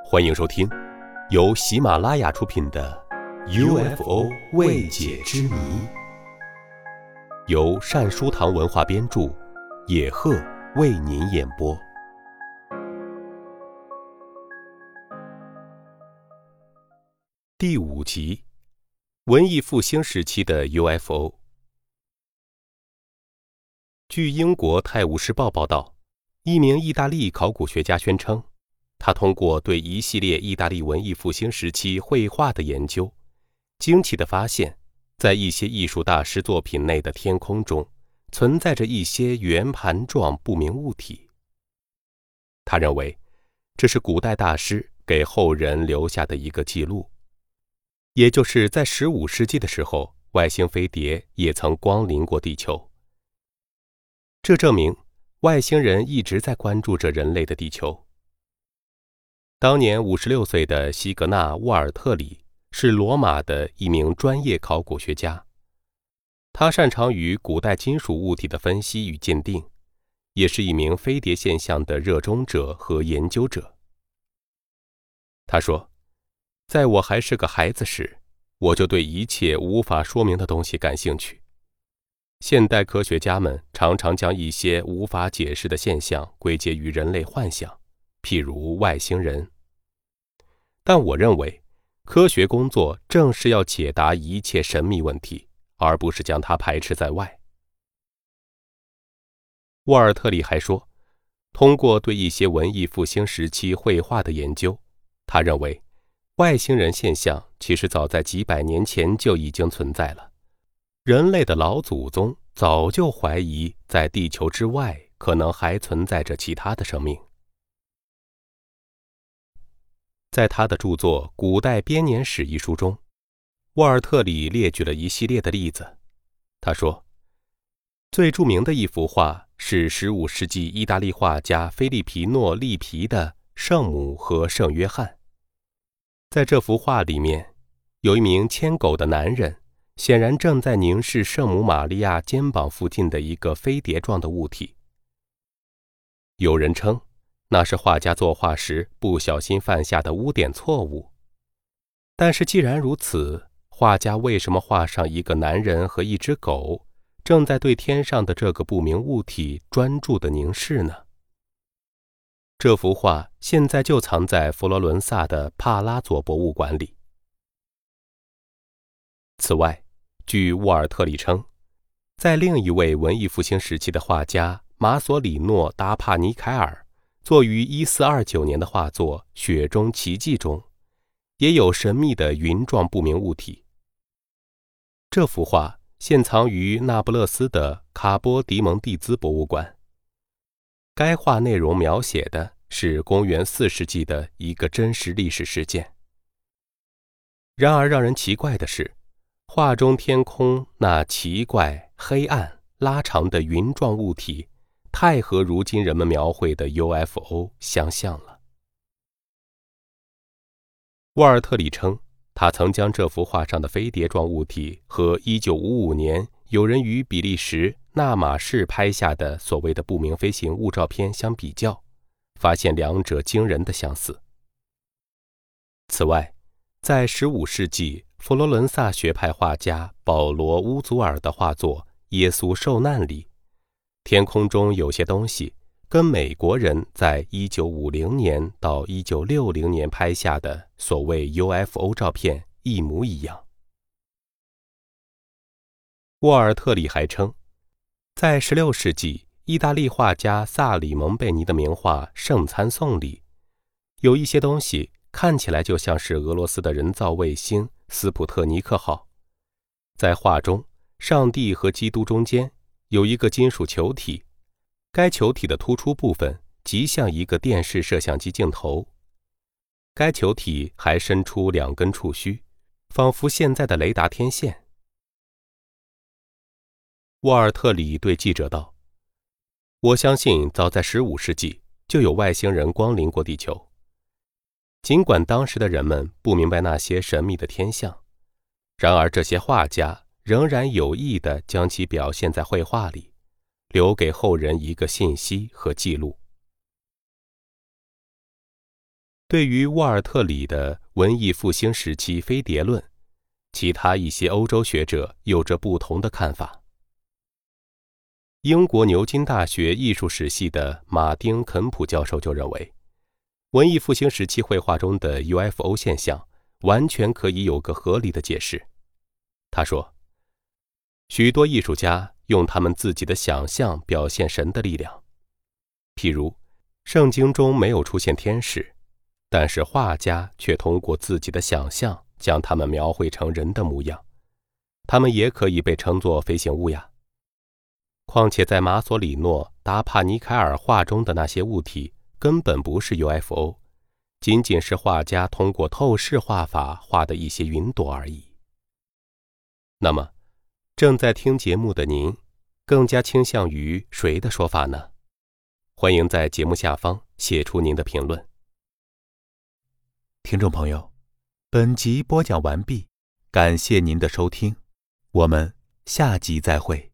欢迎收听由喜马拉雅出品的 UFO 未解之谜，由善书堂文化编著，野鹤为您演播。第5集，文艺复兴时期的 UFO。 据英国《泰晤士报》报道，一名意大利考古学家宣称，他通过对一系列意大利文艺复兴时期绘画的研究，惊奇地发现，在一些艺术大师作品内的天空中存在着一些圆盘状不明物体。他认为这是古代大师给后人留下的一个记录，也就是在15世纪的时候，外星飞碟也曾光临过地球。这证明外星人一直在关注着人类的地球。当年56岁的西格纳·沃尔特里是罗马的一名专业考古学家，他擅长于古代金属物体的分析与鉴定，也是一名飞碟现象的热衷者和研究者。他说，在我还是个孩子时，我就对一切无法说明的东西感兴趣。现代科学家们常常将一些无法解释的现象归结于人类幻想，譬如外星人。但我认为，科学工作正是要解答一切神秘问题，而不是将它排斥在外。沃尔特里还说，通过对一些文艺复兴时期绘画的研究，他认为外星人现象其实早在几百年前就已经存在了。人类的老祖宗早就怀疑，在地球之外可能还存在着其他的生命。在他的著作《古代编年史》一书中，沃尔特里列举了一系列的例子。他说，最著名的一幅画是15世纪意大利画家菲利皮诺·利皮的《圣母和圣约翰》。在这幅画里面，有一名牵狗的男人，显然正在凝视圣母玛利亚肩膀附近的一个飞碟状的物体。有人称那是画家作画时不小心犯下的污点错误。但是既然如此，画家为什么画上一个男人和一只狗，正在对天上的这个不明物体专注地凝视呢？这幅画现在就藏在佛罗伦萨的帕拉佐博物馆里。此外，据沃尔特里称，在另一位文艺复兴时期的画家马索里诺·达帕尼凯尔作于1429年的画作《雪中奇迹》中，也有神秘的云状不明物体。这幅画现藏于那不勒斯的卡波迪蒙蒂兹博物馆。该画内容描写的是公元4世纪的一个真实历史事件。然而让人奇怪的是，画中天空那奇怪、黑暗、拉长的云状物体太和如今人们描绘的 UFO 相像了。沃尔特里称，他曾将这幅画上的飞碟状物体和1955年有人于比利时纳马市拍下的所谓的不明飞行物照片相比较，发现两者惊人的相似。此外，在15世纪佛罗伦萨学派画家保罗·乌祖尔的画作《耶稣受难》里，天空中有些东西跟美国人在1950年到1960年拍下的所谓 UFO 照片一模一样。沃尔特里还称，在16世纪意大利画家萨里蒙贝尼的名画《圣餐颂》里，有一些东西看起来就像是俄罗斯的人造卫星斯普特尼克号。在画中，上帝和基督中间有一个金属球体，该球体的突出部分极像一个电视摄像机镜头。该球体还伸出2根触须，仿佛现在的雷达天线。沃尔特里对记者道，我相信早在15世纪就有外星人光临过地球。尽管当时的人们不明白那些神秘的天象，然而这些画家仍然有意地将其表现在绘画里，留给后人一个信息和记录。 对于沃尔特里的文艺复兴时期飞碟论，其他一些欧洲学者有着不同的看法。英国牛津大学艺术史系的马丁·肯普教授就认为，文艺复兴时期绘画中的 UFO 现象完全可以有个合理的解释。他说，许多艺术家用他们自己的想象表现神的力量，譬如圣经中没有出现天使，但是画家却通过自己的想象将他们描绘成人的模样，他们也可以被称作飞行物呀。况且在马索里诺、达帕尼凯尔画中的那些物体根本不是 UFO， 仅仅是画家通过透视画法画的一些云朵而已。那么，正在听节目的您，更加倾向于谁的说法呢？欢迎在节目下方写出您的评论。听众朋友，本集播讲完毕，感谢您的收听，我们下集再会。